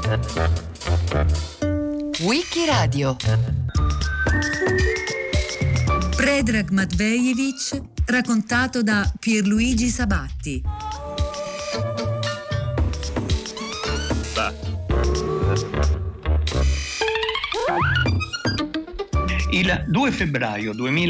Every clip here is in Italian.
Wikiradio. Predrag Matvejevič, raccontato da Pierluigi Sabatti. Il 2 febbraio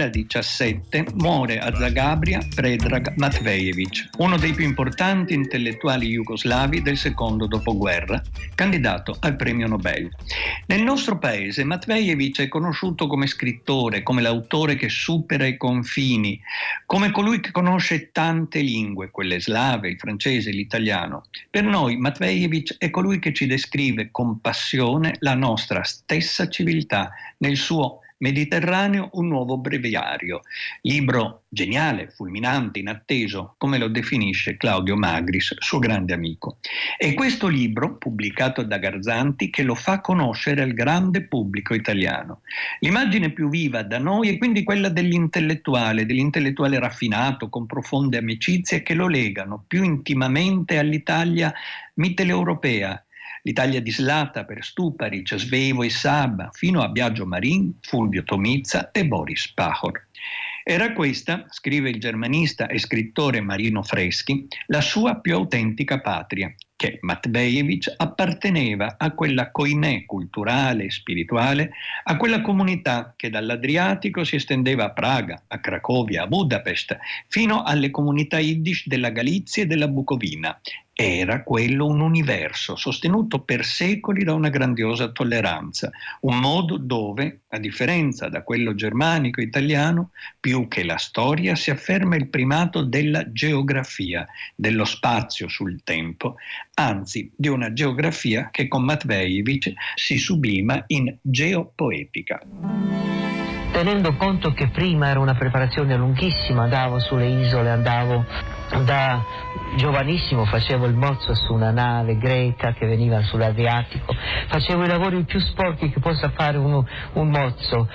2017 muore a Zagabria Predrag Matvejevič, uno dei più importanti intellettuali jugoslavi del secondo dopoguerra, candidato al premio Nobel. Nel nostro paese Matvejevič è conosciuto come scrittore, come l'autore che supera i confini, come colui che conosce tante lingue, quelle slave, il francese, l'italiano. Per noi Matvejevič è colui che ci descrive con passione la nostra stessa civiltà nel suo Mediterraneo, un nuovo breviario, libro geniale, fulminante, inatteso, come lo definisce Claudio Magris, suo grande amico. È questo libro, pubblicato da Garzanti, che lo fa conoscere al grande pubblico italiano. L'immagine più viva da noi è quindi quella dell'intellettuale raffinato, con profonde amicizie che lo legano più intimamente all'Italia mitteleuropea, l'Italia dislata per Stuparic, Svevo e Saba, fino a Biagio Marin, Fulvio Tomizza e Boris Pahor. Era questa, scrive il germanista e scrittore Marino Freschi, la sua più autentica patria, che Matvejevič apparteneva a quella koinè culturale e spirituale, a quella comunità che dall'Adriatico si estendeva a Praga, a Cracovia, a Budapest, fino alle comunità yiddish della Galizia e della Bucovina. Era quello un universo sostenuto per secoli da una grandiosa tolleranza, un modo dove, a differenza da quello germanico-italiano, più che la storia si afferma il primato della geografia, dello spazio sul tempo, anzi di una geografia che con Matvejevič si sublima in geopoetica. Tenendo conto che prima era una preparazione lunghissima, andavo sulle isole, andavo da giovanissimo, facevo il mozzo su una nave greca che veniva sull'Adriatico, facevo i lavori più sporchi che possa fare un mozzo,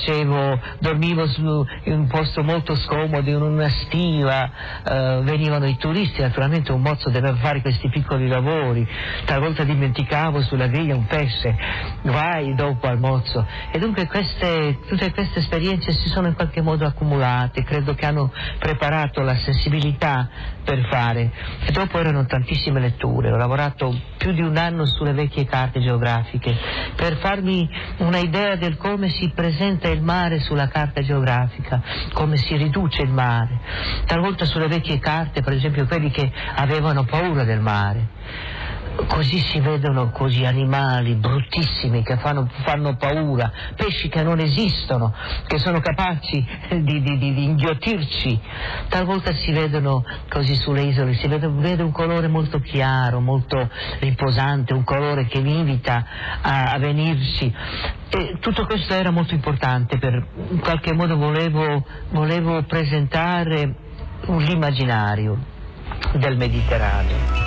dormivo in un posto molto scomodo, in una stiva, venivano i turisti, naturalmente un mozzo deve fare questi piccoli lavori, talvolta dimenticavo sulla griglia un pesce, vai dopo al mozzo, e dunque tutte queste esperienze si sono in qualche modo accumulate, credo che hanno preparato la sensibilità per fare, e dopo erano tantissime letture, ho lavorato più di un anno sulle vecchie carte geografiche per farmi una idea del come si presenta il mare sulla carta geografica, come si riduce il mare, talvolta sulle vecchie carte, per esempio quelli che avevano paura del mare. Così si vedono così animali bruttissimi che fanno paura, pesci che non esistono, che sono capaci di inghiottirci. Talvolta si vedono così sulle isole, si vede un colore molto chiaro, molto riposante, un colore che vi invita a venirci. E tutto questo era molto importante, in qualche modo volevo presentare l'immaginario del Mediterraneo.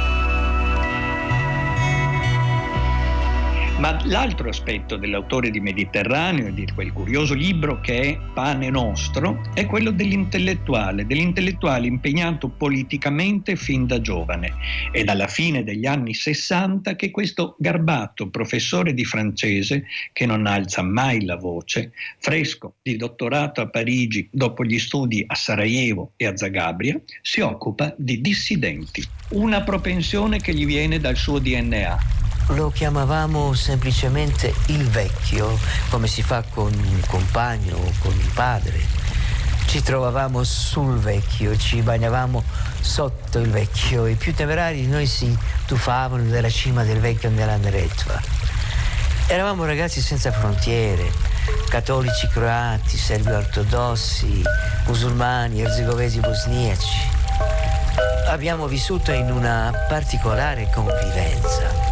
Ma l'altro aspetto dell'autore di Mediterraneo e di quel curioso libro che è Pane Nostro è quello dell'intellettuale impegnato politicamente fin da giovane. È dalla fine degli anni 60 che questo garbato professore di francese, che non alza mai la voce, fresco di dottorato a Parigi dopo gli studi a Sarajevo e a Zagabria, si occupa di dissidenti, una propensione che gli viene dal suo DNA. Lo chiamavamo semplicemente il vecchio, come si fa con un compagno o con il padre. Ci trovavamo sul vecchio, ci bagnavamo sotto il vecchio. I più temerari di noi si tuffavano dalla cima del vecchio nella Neretva. Eravamo ragazzi senza frontiere, cattolici croati, serbi ortodossi, musulmani, erzegovesi bosniaci. Abbiamo vissuto in una particolare convivenza.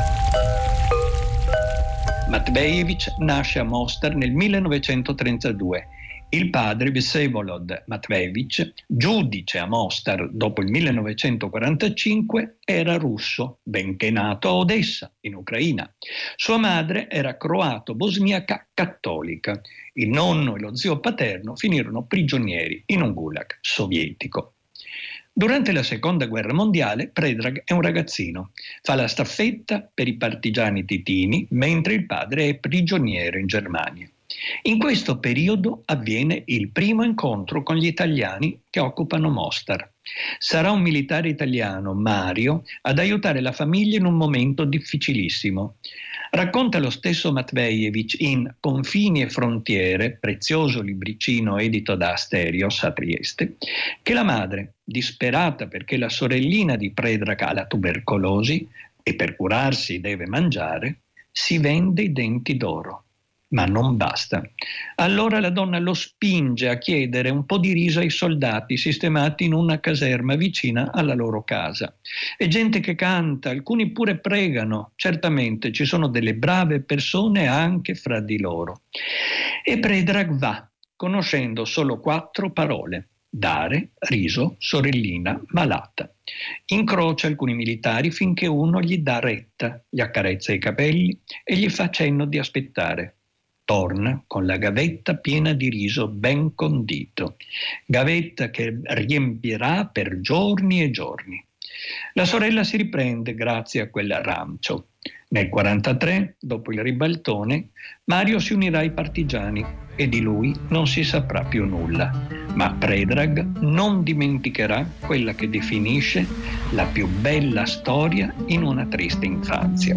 Matvejevič nasce a Mostar nel 1932. Il padre, Vsevolod Matvejevič, giudice a Mostar dopo il 1945, era russo, benché nato a Odessa, in Ucraina. Sua madre era croato-bosniaca cattolica. Il nonno e lo zio paterno finirono prigionieri in un gulag sovietico. Durante la Seconda Guerra Mondiale Predrag è un ragazzino, fa la staffetta per i partigiani titini mentre il padre è prigioniero in Germania. In questo periodo avviene il primo incontro con gli italiani che occupano Mostar. Sarà un militare italiano, Mario, ad aiutare la famiglia in un momento difficilissimo. Racconta lo stesso Matvejevic in Confini e frontiere, prezioso libricino edito da Asterios a Trieste, che la madre, disperata perché la sorellina di Predrag ha la tubercolosi e per curarsi deve mangiare, si vende i denti d'oro. Ma non basta. Allora la donna lo spinge a chiedere un po' di riso ai soldati sistemati in una caserma vicina alla loro casa. E gente che canta, alcuni pure pregano. Certamente ci sono delle brave persone anche fra di loro. E Predrag va, conoscendo solo 4 parole: dare, riso, sorellina, malata. Incrocia alcuni militari finché uno gli dà retta, gli accarezza i capelli e gli fa cenno di aspettare. Torna con la gavetta piena di riso ben condito, gavetta che riempirà per giorni e giorni. La sorella si riprende grazie a quel rancio. Nel 1943, dopo il ribaltone, Mario si unirà ai partigiani e di lui non si saprà più nulla. Ma Predrag non dimenticherà quella che definisce la più bella storia in una triste infanzia.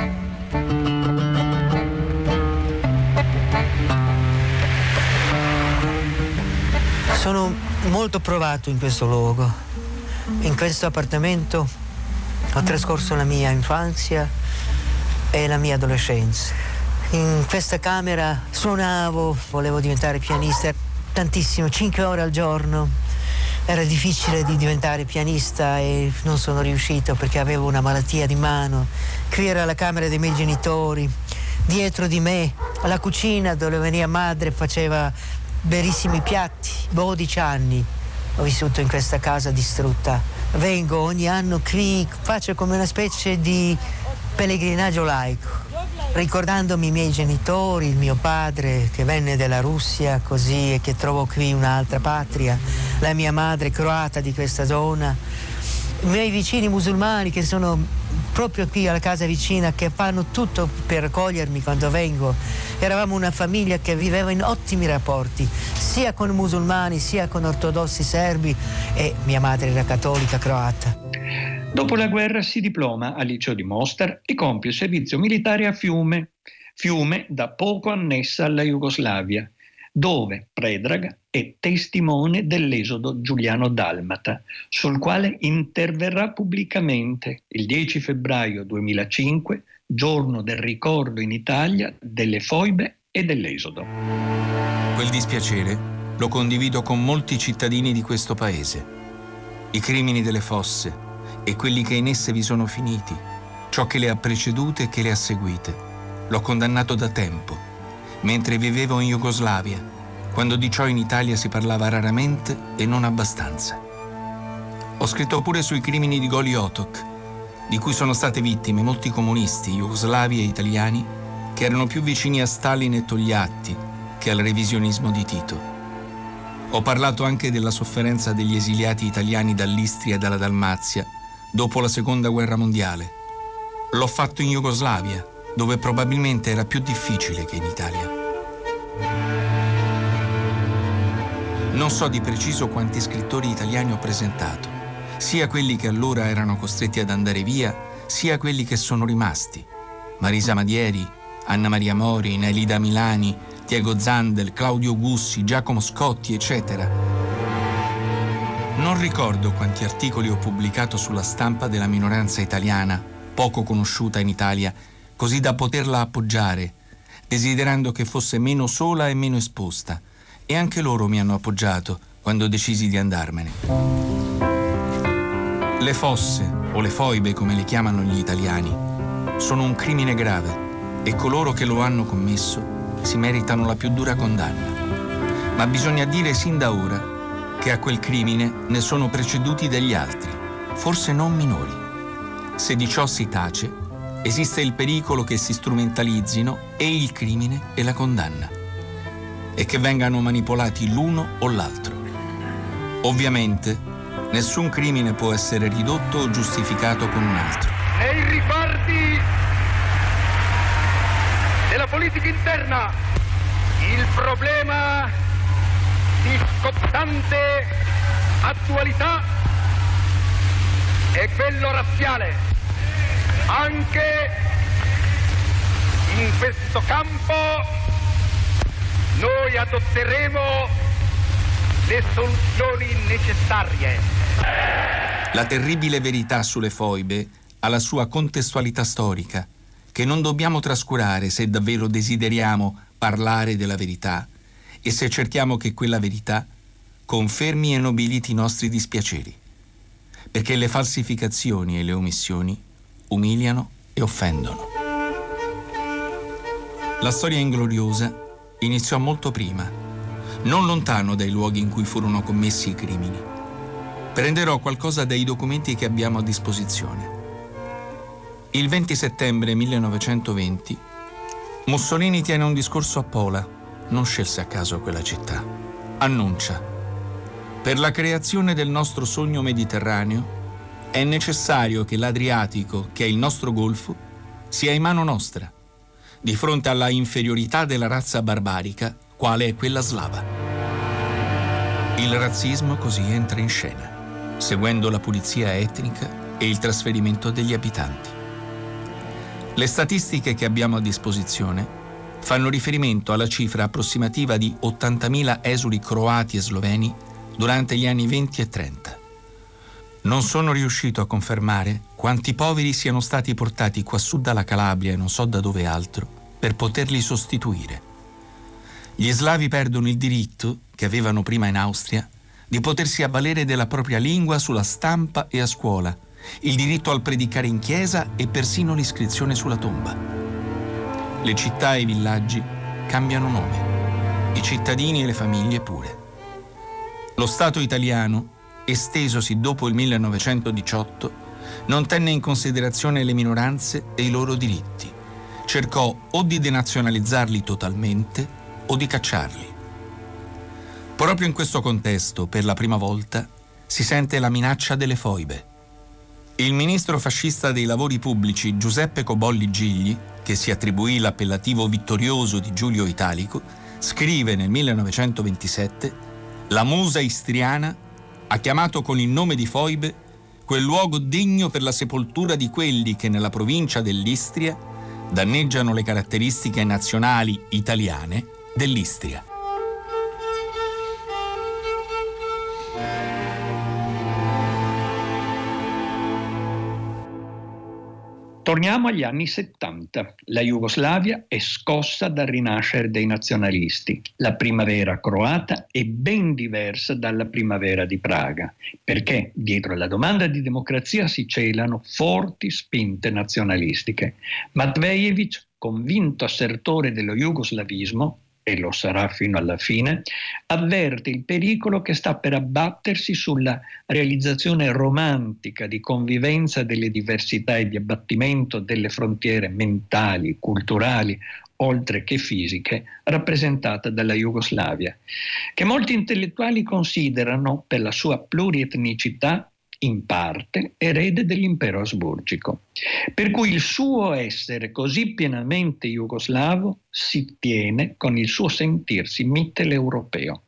Sono molto provato in questo luogo. In questo appartamento ho trascorso la mia infanzia e la mia adolescenza. In questa camera suonavo, volevo diventare pianista tantissimo, 5 ore al giorno. Era difficile di diventare pianista e non sono riuscito perché avevo una malattia di mano. Qui era la camera dei miei genitori. Dietro di me, alla cucina dove mia madre faceva bellissimi piatti. 12 anni ho vissuto in questa casa distrutta. Vengo ogni anno qui, faccio come una specie di pellegrinaggio laico, ricordandomi i miei genitori, il mio padre che venne dalla Russia così e che trovo qui un'altra patria, la mia madre croata di questa zona, i miei vicini musulmani che sono proprio qui alla casa vicina, che fanno tutto per accogliermi quando vengo. Eravamo una famiglia che viveva in ottimi rapporti, sia con musulmani sia con ortodossi serbi, e mia madre era cattolica croata. Dopo la guerra si diploma al liceo di Mostar e compie il servizio militare a Fiume, da poco annessa alla Jugoslavia, dove Predrag è testimone dell'esodo giuliano-dalmata, sul quale interverrà pubblicamente il 10 febbraio 2005, giorno del ricordo in Italia delle foibe e dell'esodo. Quel dispiacere lo condivido con molti cittadini di questo paese. I crimini delle fosse e quelli che in esse vi sono finiti, ciò che le ha precedute e che le ha seguite, l'ho condannato da tempo, mentre vivevo in Jugoslavia, quando di ciò in Italia si parlava raramente e non abbastanza. Ho scritto pure sui crimini di Goli Otok, di cui sono state vittime molti comunisti, jugoslavi e italiani, che erano più vicini a Stalin e Togliatti che al revisionismo di Tito. Ho parlato anche della sofferenza degli esiliati italiani dall'Istria e dalla Dalmazia dopo la Seconda Guerra Mondiale. L'ho fatto in Jugoslavia, dove probabilmente era più difficile che in Italia. Non so di preciso quanti scrittori italiani ho presentato, sia quelli che allora erano costretti ad andare via, sia quelli che sono rimasti. Marisa Madieri, Anna Maria Mori, Nelida Milani, Diego Zandel, Claudio Gussi, Giacomo Scotti, eccetera. Non ricordo quanti articoli ho pubblicato sulla stampa della minoranza italiana, poco conosciuta in Italia, così da poterla appoggiare, desiderando che fosse meno sola e meno esposta. E anche loro mi hanno appoggiato quando decisi di andarmene. Le fosse, o le foibe come le chiamano gli italiani, sono un crimine grave e coloro che lo hanno commesso si meritano la più dura condanna. Ma bisogna dire sin da ora che a quel crimine ne sono preceduti degli altri, forse non minori. Se di ciò si tace, esiste il pericolo che si strumentalizzino e il crimine e la condanna, e che vengano manipolati l'uno o l'altro. Ovviamente Nessun crimine può essere ridotto o giustificato con un altro. Nei riguardi della politica interna, il problema di scottante attualità è quello razziale. Anche in questo campo noi adotteremo le soluzioni necessarie. La terribile verità sulle foibe ha la sua contestualità storica, che non dobbiamo trascurare se davvero desideriamo parlare della verità e se cerchiamo che quella verità confermi e nobiliti i nostri dispiaceri, perché le falsificazioni e le omissioni umiliano e offendono. La storia ingloriosa iniziò molto prima, non lontano dai luoghi in cui furono commessi i crimini. Prenderò qualcosa dai documenti che abbiamo a disposizione. Il 20 settembre 1920 Mussolini tiene un discorso a Pola, non scelse a caso quella città. Annuncia: per la creazione del nostro sogno mediterraneo è necessario che l'Adriatico, che è il nostro golfo, sia in mano nostra, di fronte alla inferiorità della razza barbarica, quale è quella slava. Il razzismo così entra in scena, seguendo la pulizia etnica e il trasferimento degli abitanti. Le statistiche che abbiamo a disposizione fanno riferimento alla cifra approssimativa di 80.000 esuli croati e sloveni durante gli anni 20 e 30. Non sono riuscito a confermare quanti poveri siano stati portati quassù dalla Calabria e non so da dove altro per poterli sostituire. Gli slavi perdono il diritto, che avevano prima in Austria, di potersi avvalere della propria lingua sulla stampa e a scuola, il diritto al predicare in chiesa e persino l'iscrizione sulla tomba. Le città e i villaggi cambiano nome, i cittadini e le famiglie pure. Lo Stato italiano, estesosi dopo il 1918, non tenne in considerazione le minoranze e i loro diritti. Cercò o di denazionalizzarli totalmente o di cacciarli. Proprio in questo contesto, per la prima volta, si sente la minaccia delle foibe. Il ministro fascista dei lavori pubblici Giuseppe Cobolli Gigli, che si attribuì l'appellativo vittorioso di Giulio Italico, scrive nel 1927: la musa istriana ha chiamato con il nome di foibe quel luogo degno per la sepoltura di quelli che nella provincia dell'Istria danneggiano le caratteristiche nazionali italiane dell'Istria. Torniamo agli anni 70. La Jugoslavia è scossa dal rinascere dei nazionalisti. La primavera croata è ben diversa dalla primavera di Praga, perché dietro alla domanda di democrazia si celano forti spinte nazionalistiche. Matvejević, convinto assertore dello jugoslavismo, e lo sarà fino alla fine, avverte il pericolo che sta per abbattersi sulla realizzazione romantica di convivenza delle diversità e di abbattimento delle frontiere mentali, culturali, oltre che fisiche, rappresentata dalla Jugoslavia, che molti intellettuali considerano, per la sua plurietnicità, in parte erede dell'impero asburgico, per cui il suo essere così pienamente jugoslavo si tiene con il suo sentirsi mitteleuropeo.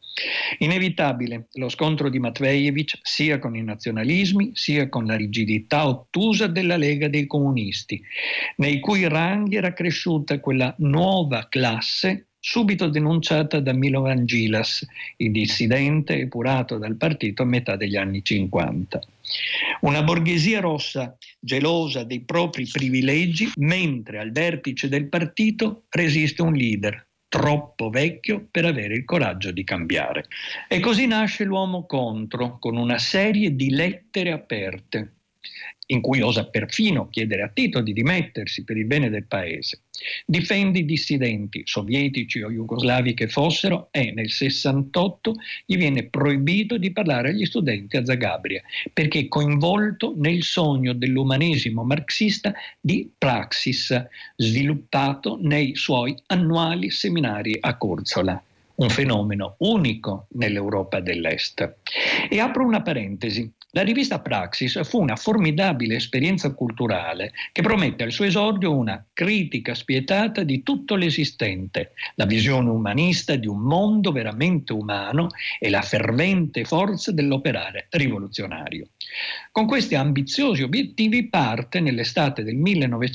Inevitabile lo scontro di Matvejević sia con i nazionalismi sia con la rigidità ottusa della Lega dei Comunisti, nei cui ranghi era cresciuta quella nuova classe subito denunciata da Milovan Djilas, il dissidente epurato dal partito a metà degli anni 50. Una borghesia rossa gelosa dei propri privilegi, mentre al vertice del partito resiste un leader troppo vecchio per avere il coraggio di cambiare. E così nasce l'uomo contro, con una serie di lettere aperte, in cui osa perfino chiedere a Tito di dimettersi per il bene del paese. Difende i dissidenti, sovietici o jugoslavi che fossero, e nel 68 gli viene proibito di parlare agli studenti a Zagabria, perché è coinvolto nel sogno dell'umanesimo marxista di Praxis, sviluppato nei suoi annuali seminari a Curzola. un fenomeno unico nell'Europa dell'Est. E apro una parentesi. La rivista Praxis fu una formidabile esperienza culturale che promette al suo esordio una critica spietata di tutto l'esistente, la visione umanista di un mondo veramente umano e la fervente forza dell'operare rivoluzionario. Con questi ambiziosi obiettivi parte nell'estate del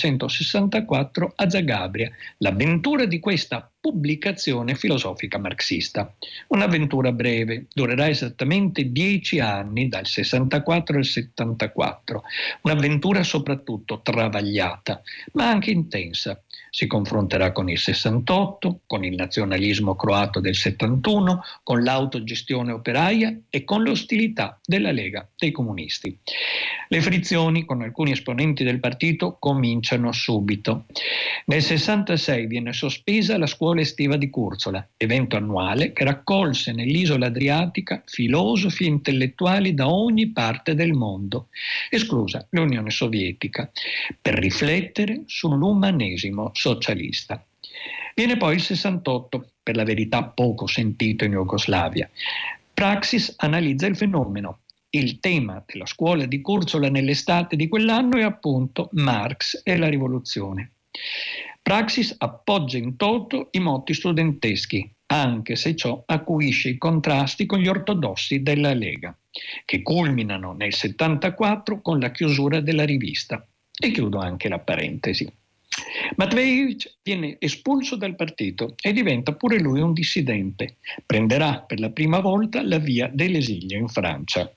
1964 a Zagabria l'avventura di questa pubblicazione filosofica marxista. Un'avventura breve, durerà esattamente 10 anni, dal 64 al 74. Un'avventura soprattutto travagliata, ma anche intensa. Si confronterà con il 68, con il nazionalismo croato del 71, con l'autogestione operaia e con l'ostilità della Lega dei comunisti. Le frizioni con alcuni esponenti del partito cominciano subito. Nel 66 viene sospesa la scuola estiva di Curzola, evento annuale che raccolse nell'isola adriatica filosofi e intellettuali da ogni parte del mondo, esclusa l'Unione Sovietica, per riflettere sull'umanesimo socialista. Viene poi il 68, per la verità poco sentito in Jugoslavia. Praxis analizza il fenomeno. Il tema della scuola di Curzola nell'estate di quell'anno è appunto Marx e la rivoluzione. Praxis appoggia in toto i motti studenteschi, anche se ciò acuisce i contrasti con gli ortodossi della Lega, che culminano nel 74 con la chiusura della rivista. E chiudo anche la parentesi. Matvejević viene espulso dal partito e diventa pure lui un dissidente. Prenderà per la prima volta la via dell'esilio in Francia.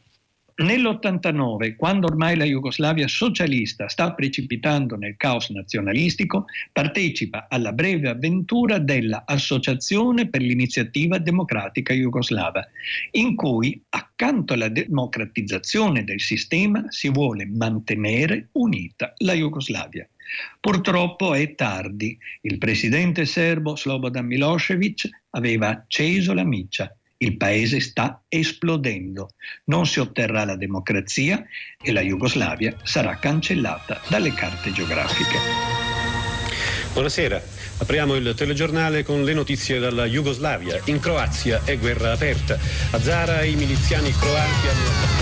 Nell'89, quando ormai la Jugoslavia socialista sta precipitando nel caos nazionalistico, partecipa alla breve avventura della Associazione per l'Iniziativa Democratica Jugoslava, in cui, accanto alla democratizzazione del sistema, si vuole mantenere unita la Jugoslavia. Purtroppo è tardi. Il presidente serbo Slobodan Milošević aveva acceso la miccia. Il paese sta esplodendo, non si otterrà la democrazia e la Jugoslavia sarà cancellata dalle carte geografiche. Buonasera, apriamo il telegiornale con le notizie dalla Jugoslavia. In Croazia è guerra aperta. A Zara i miliziani croati hanno...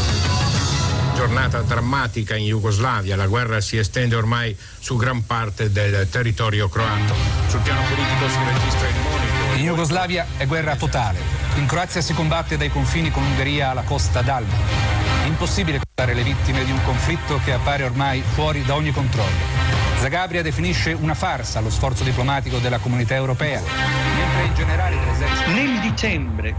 Giornata drammatica in Jugoslavia, la guerra si estende ormai su gran parte del territorio croato. Sul piano politico si registra il monito. In Jugoslavia è guerra totale. In Croazia si combatte dai confini con l'Ungheria alla costa d'Alba. Impossibile contare le vittime di un conflitto che appare ormai fuori da ogni controllo. Zagabria definisce una farsa lo sforzo diplomatico della comunità europea, mentre il generale dell'esercito... Nel dicembre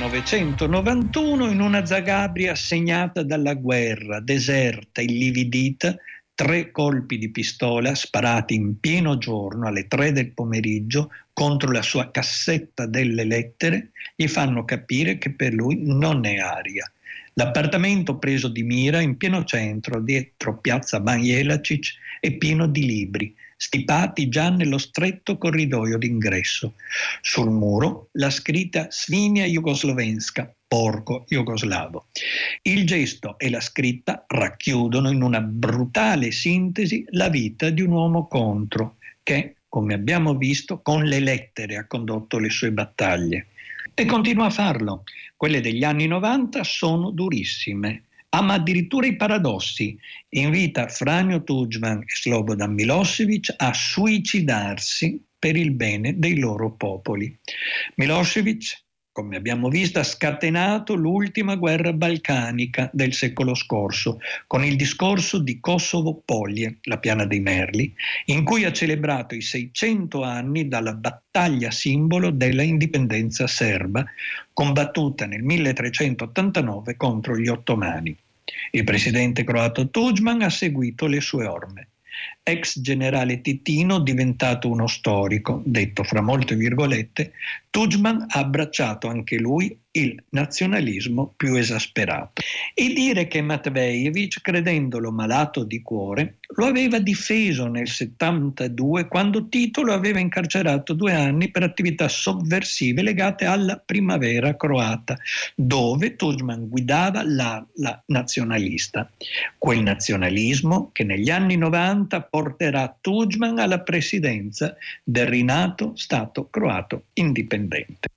1991, in una Zagabria segnata dalla guerra, deserta, illividita, 3 colpi di pistola sparati in pieno giorno alle 3 del pomeriggio contro la sua cassetta delle lettere gli fanno capire che per lui non è aria. L'appartamento preso di mira in pieno centro, dietro piazza Ban Jelačić, è pieno di libri, stipati già nello stretto corridoio d'ingresso. Sul muro la scritta Svinja Jugoslovenska, porco jugoslavo. Il gesto e la scritta racchiudono in una brutale sintesi la vita di un uomo contro, che, come abbiamo visto, con le lettere ha condotto le sue battaglie. E continua a farlo. Quelle degli anni 90 sono durissime. Ama addirittura i paradossi. Invita Franjo Tuđman e Slobodan Milošević a suicidarsi per il bene dei loro popoli. Milošević, come abbiamo visto, ha scatenato l'ultima guerra balcanica del secolo scorso con il discorso di Kosovo-Polje, la piana dei Merli, in cui ha celebrato i 600 anni dalla battaglia simbolo della indipendenza serba, combattuta nel 1389 contro gli ottomani. Il presidente croato Tuđman ha seguito le sue orme. Ex generale Titino, diventato uno storico, detto fra molte virgolette, Tuđman ha abbracciato anche lui il nazionalismo più esasperato. E dire che Matvejević, credendolo malato di cuore, lo aveva difeso nel 72 quando Tito lo aveva incarcerato 2 anni per attività sovversive legate alla primavera croata, dove Tuđman guidava l'ala nazionalista. Quel nazionalismo che negli anni 90 porterà Tuđman alla presidenza del rinato Stato croato indipendente.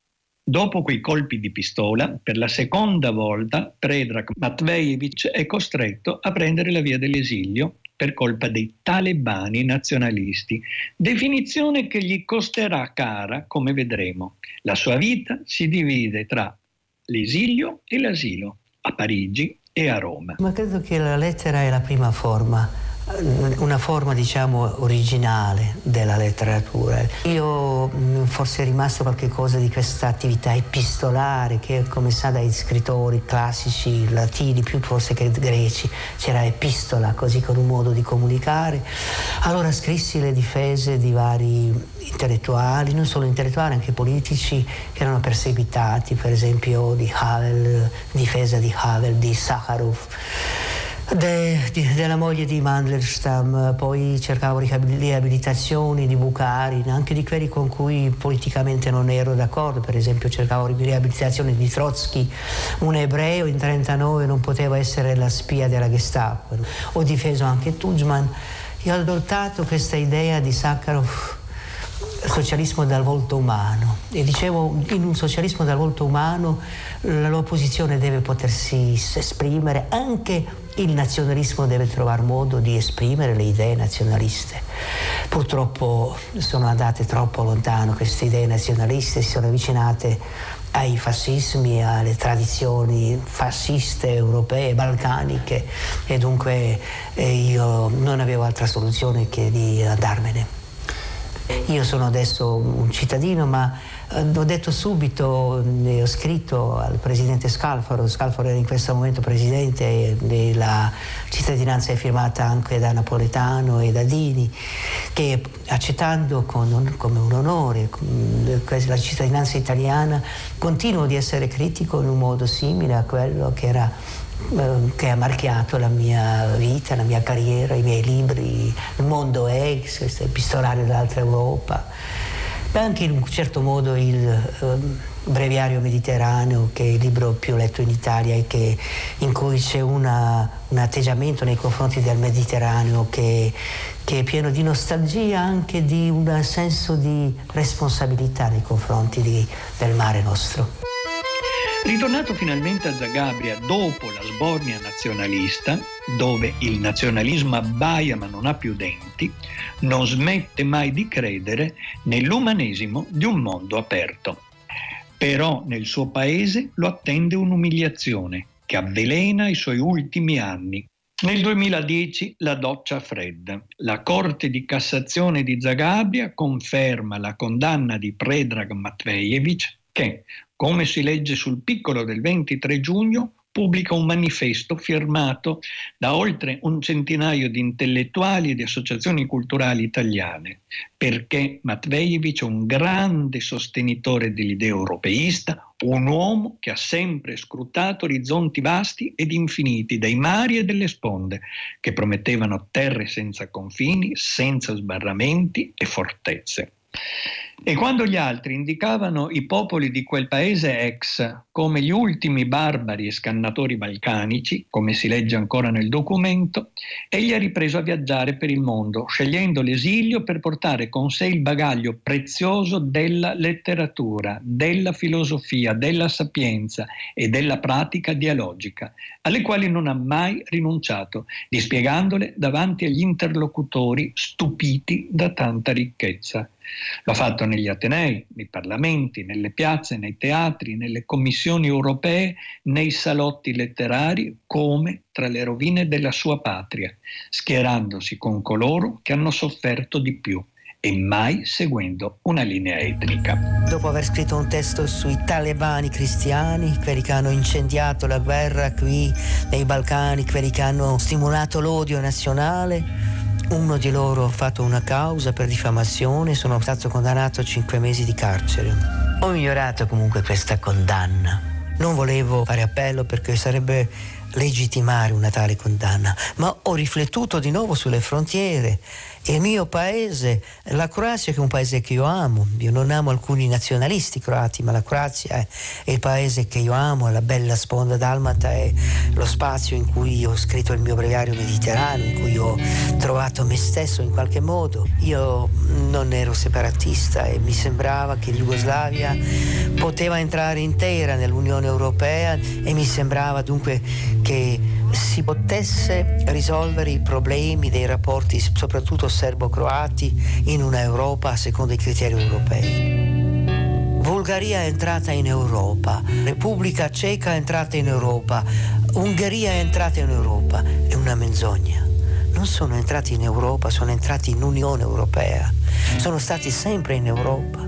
Dopo quei colpi di pistola, per la seconda volta Predrag Matvejević è costretto a prendere la via dell'esilio per colpa dei talebani nazionalisti, definizione che gli costerà cara, come vedremo. La sua vita si divide tra l'esilio e l'asilo, a Parigi e a Roma. Ma credo che la lettera è la prima forma, una forma diciamo originale della letteratura. Io forse è rimasto qualche cosa di questa attività epistolare che, come sa dai scrittori classici latini, più forse che greci, c'era epistola, così con un modo di comunicare. Allora scrissi le difese di vari intellettuali, non solo intellettuali, anche politici che erano perseguitati, per esempio di Havel, difesa di Havel, di Sakharov, della moglie di Mandelstam, poi cercavo riabilitazioni di Bukharin, anche di quelli con cui politicamente non ero d'accordo. Per esempio cercavo riabilitazioni di Trotsky, un ebreo in 1939 non poteva essere la spia della Gestapo. Ho difeso anche Tudjman. Io ho adottato questa idea di Sakharov, socialismo dal volto umano, e dicevo, in un socialismo dal volto umano l'opposizione deve potersi esprimere, anche il nazionalismo deve trovare modo di esprimere le idee nazionaliste. Purtroppo sono andate troppo lontano queste idee nazionaliste, si sono avvicinate ai fascismi, alle tradizioni fasciste europee, balcaniche, e dunque io non avevo altra soluzione che di andarmene. Io sono adesso un cittadino, ma ho detto subito, ho scritto al presidente Scalfaro era in questo momento presidente, e la cittadinanza è firmata anche da Napoletano e da Dini, che accettando come un onore la cittadinanza italiana, continuo di essere critico in un modo simile a quello che ha marchiato la mia vita, la mia carriera, i miei libri, Il mondo ex, questo epistolario dell'altra Europa, e anche in un certo modo il Breviario Mediterraneo, che è il libro più letto in Italia e in cui c'è un atteggiamento nei confronti del Mediterraneo che è pieno di nostalgia, anche di un senso di responsabilità nei confronti del Mare Nostro. Ritornato finalmente a Zagabria dopo la sbornia nazionalista, dove il nazionalismo abbaia ma non ha più denti, non smette mai di credere nell'umanesimo di un mondo aperto. Però nel suo paese lo attende un'umiliazione che avvelena i suoi ultimi anni. Nel 2010 la doccia fredda. La Corte di Cassazione di Zagabria conferma la condanna di Predrag Matvejević, che, come si legge sul Piccolo del 23 giugno, pubblica un manifesto firmato da oltre un centinaio di intellettuali e di associazioni culturali italiane, perché Matvejević è un grande sostenitore dell'idea europeista, un uomo che ha sempre scrutato orizzonti vasti ed infiniti, dai mari e delle sponde, che promettevano terre senza confini, senza sbarramenti e fortezze. E quando gli altri indicavano i popoli di quel paese ex come gli ultimi barbari e scannatori balcanici, come si legge ancora nel documento, egli ha ripreso a viaggiare per il mondo, scegliendo l'esilio per portare con sé il bagaglio prezioso della letteratura, della filosofia, della sapienza e della pratica dialogica, alle quali non ha mai rinunciato, dispiegandole davanti agli interlocutori stupiti da tanta ricchezza. Lo ha fatto negli atenei, nei parlamenti, nelle piazze, nei teatri, nelle commissioni europee, nei salotti letterari, come tra le rovine della sua patria, schierandosi con coloro che hanno sofferto di più e mai seguendo una linea etnica. Dopo aver scritto un testo sui talebani cristiani, quelli che hanno incendiato la guerra qui nei Balcani, quelli che hanno stimolato l'odio nazionale, uno di loro ha fatto una causa per diffamazione e sono stato condannato a 5 mesi di carcere. Ho migliorato comunque questa condanna. Non volevo fare appello perché sarebbe legittimare una tale condanna, ma ho riflettuto di nuovo sulle frontiere Il mio paese, la Croazia, che è un paese che io amo. Io non amo alcuni nazionalisti croati, ma la Croazia è il paese che io amo, è la bella sponda dalmata, è lo spazio in cui ho scritto il mio breviario mediterraneo, in cui ho trovato me stesso in qualche modo. Io non ero separatista e mi sembrava che l'Jugoslavia poteva entrare intera nell'Unione Europea e mi sembrava dunque che si potesse risolvere i problemi dei rapporti soprattutto serbo-croati in una Europa secondo i criteri europei. Bulgaria è entrata in Europa, Repubblica Ceca è entrata in Europa, Ungheria è entrata in Europa. È una menzogna. Non sono entrati in Europa, sono entrati in Unione Europea. Sono stati sempre in Europa.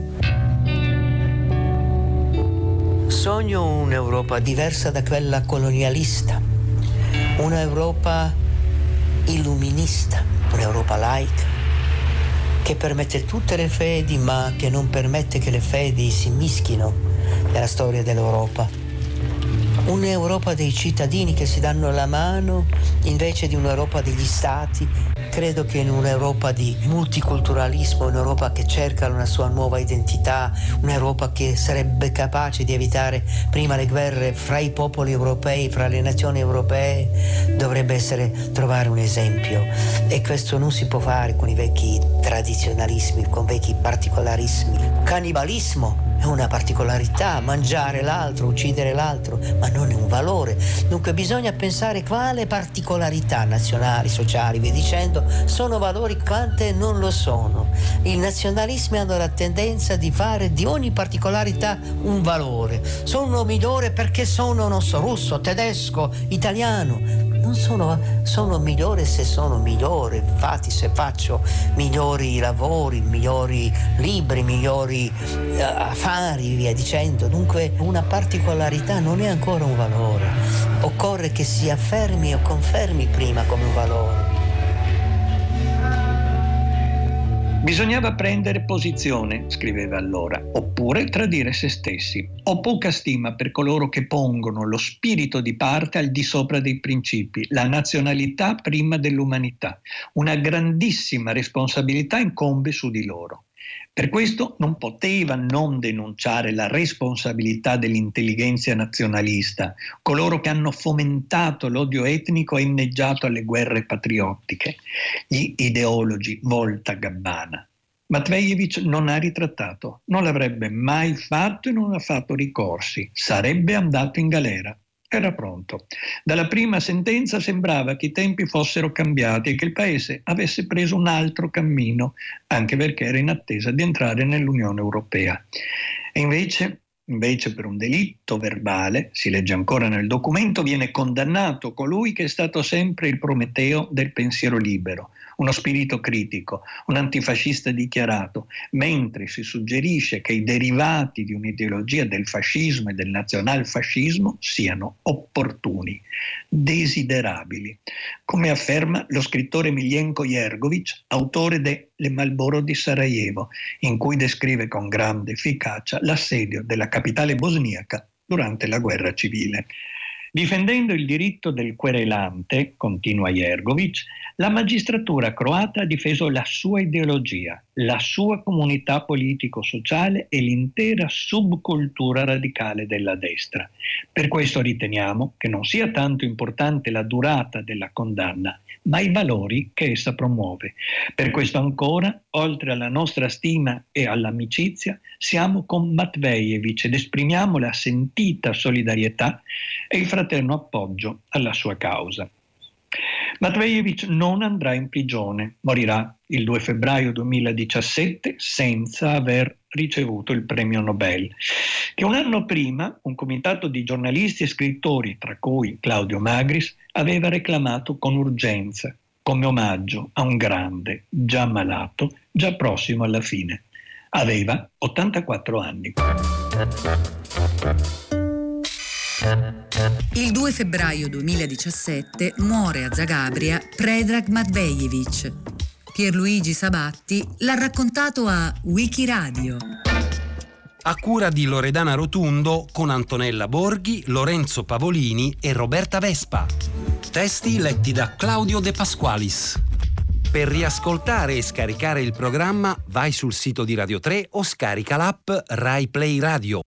Sogno un'Europa diversa da quella colonialista, un'Europa illuminista, un'Europa laica, che permette tutte le fedi ma che non permette che le fedi si mischino nella storia dell'Europa. Un'Europa dei cittadini che si danno la mano invece di un'Europa degli stati. Credo che in un'Europa di multiculturalismo, un'Europa che cerca una sua nuova identità, un'Europa che sarebbe capace di evitare prima le guerre fra i popoli europei, fra le nazioni europee, dovrebbe trovare un esempio. E questo non si può fare con i vecchi tradizionalismi, con vecchi particolarismi. Cannibalismo è una particolarità, mangiare l'altro, uccidere l'altro, ma non è un valore. Dunque bisogna pensare quale particolarità nazionali, sociali, via dicendo, sono valori, quante non lo sono. I nazionalismi hanno la tendenza di fare di ogni particolarità un valore. Sono migliore perché sono, non so, russo, tedesco, italiano. Non sono migliore se sono migliore. Infatti se faccio migliori lavori, migliori libri, migliori affari, via dicendo. Dunque una particolarità non è ancora un valore. Occorre che si affermi o confermi prima come un valore. Bisognava prendere posizione, scriveva allora, oppure tradire se stessi. Ho poca stima per coloro che pongono lo spirito di parte al di sopra dei principi, la nazionalità prima dell'umanità. Una grandissima responsabilità incombe su di loro. Per questo non poteva non denunciare la responsabilità dell'intelligenza nazionalista, coloro che hanno fomentato l'odio etnico e inneggiato alle guerre patriottiche, gli ideologi volta gabbana. Matvejevic non ha ritrattato, non l'avrebbe mai fatto e non ha fatto ricorsi, sarebbe andato in galera. Era pronto. Dalla prima sentenza sembrava che i tempi fossero cambiati e che il paese avesse preso un altro cammino, anche perché era in attesa di entrare nell'Unione Europea. E invece per un delitto verbale, si legge ancora nel documento, viene condannato colui che è stato sempre il Prometeo del pensiero libero, uno spirito critico, un antifascista dichiarato, mentre si suggerisce che i derivati di un'ideologia del fascismo e del nazionalfascismo siano opportuni, desiderabili, come afferma lo scrittore Miljenko Jergović, autore de Le Malboro di Sarajevo, in cui descrive con grande efficacia l'assedio della capitale bosniaca durante la guerra civile. Difendendo il diritto del querelante, continua Jergović, la magistratura croata ha difeso la sua ideologia, la sua comunità politico-sociale e l'intera subcultura radicale della destra. Per questo riteniamo che non sia tanto importante la durata della condanna, ma i valori che essa promuove. Per questo ancora, oltre alla nostra stima e all'amicizia, siamo con Matvejevic ed esprimiamo la sentita solidarietà e il fraterno appoggio alla sua causa. Matvejevic non andrà in prigione, morirà il 2 febbraio 2017 senza aver ricevuto il premio Nobel, che un anno prima un comitato di giornalisti e scrittori, tra cui Claudio Magris, aveva reclamato con urgenza, come omaggio a un grande, già malato, già prossimo alla fine. Aveva 84 anni. Il 2 febbraio 2017 muore a Zagabria Predrag Matvejevic. Pierluigi Sabatti l'ha raccontato a Wikiradio. A cura di Loredana Rotundo con Antonella Borghi, Lorenzo Pavolini e Roberta Vespa. Testi letti da Claudio De Pasqualis. Per riascoltare e scaricare il programma vai sul sito di Radio 3 o scarica l'app Rai Play Radio.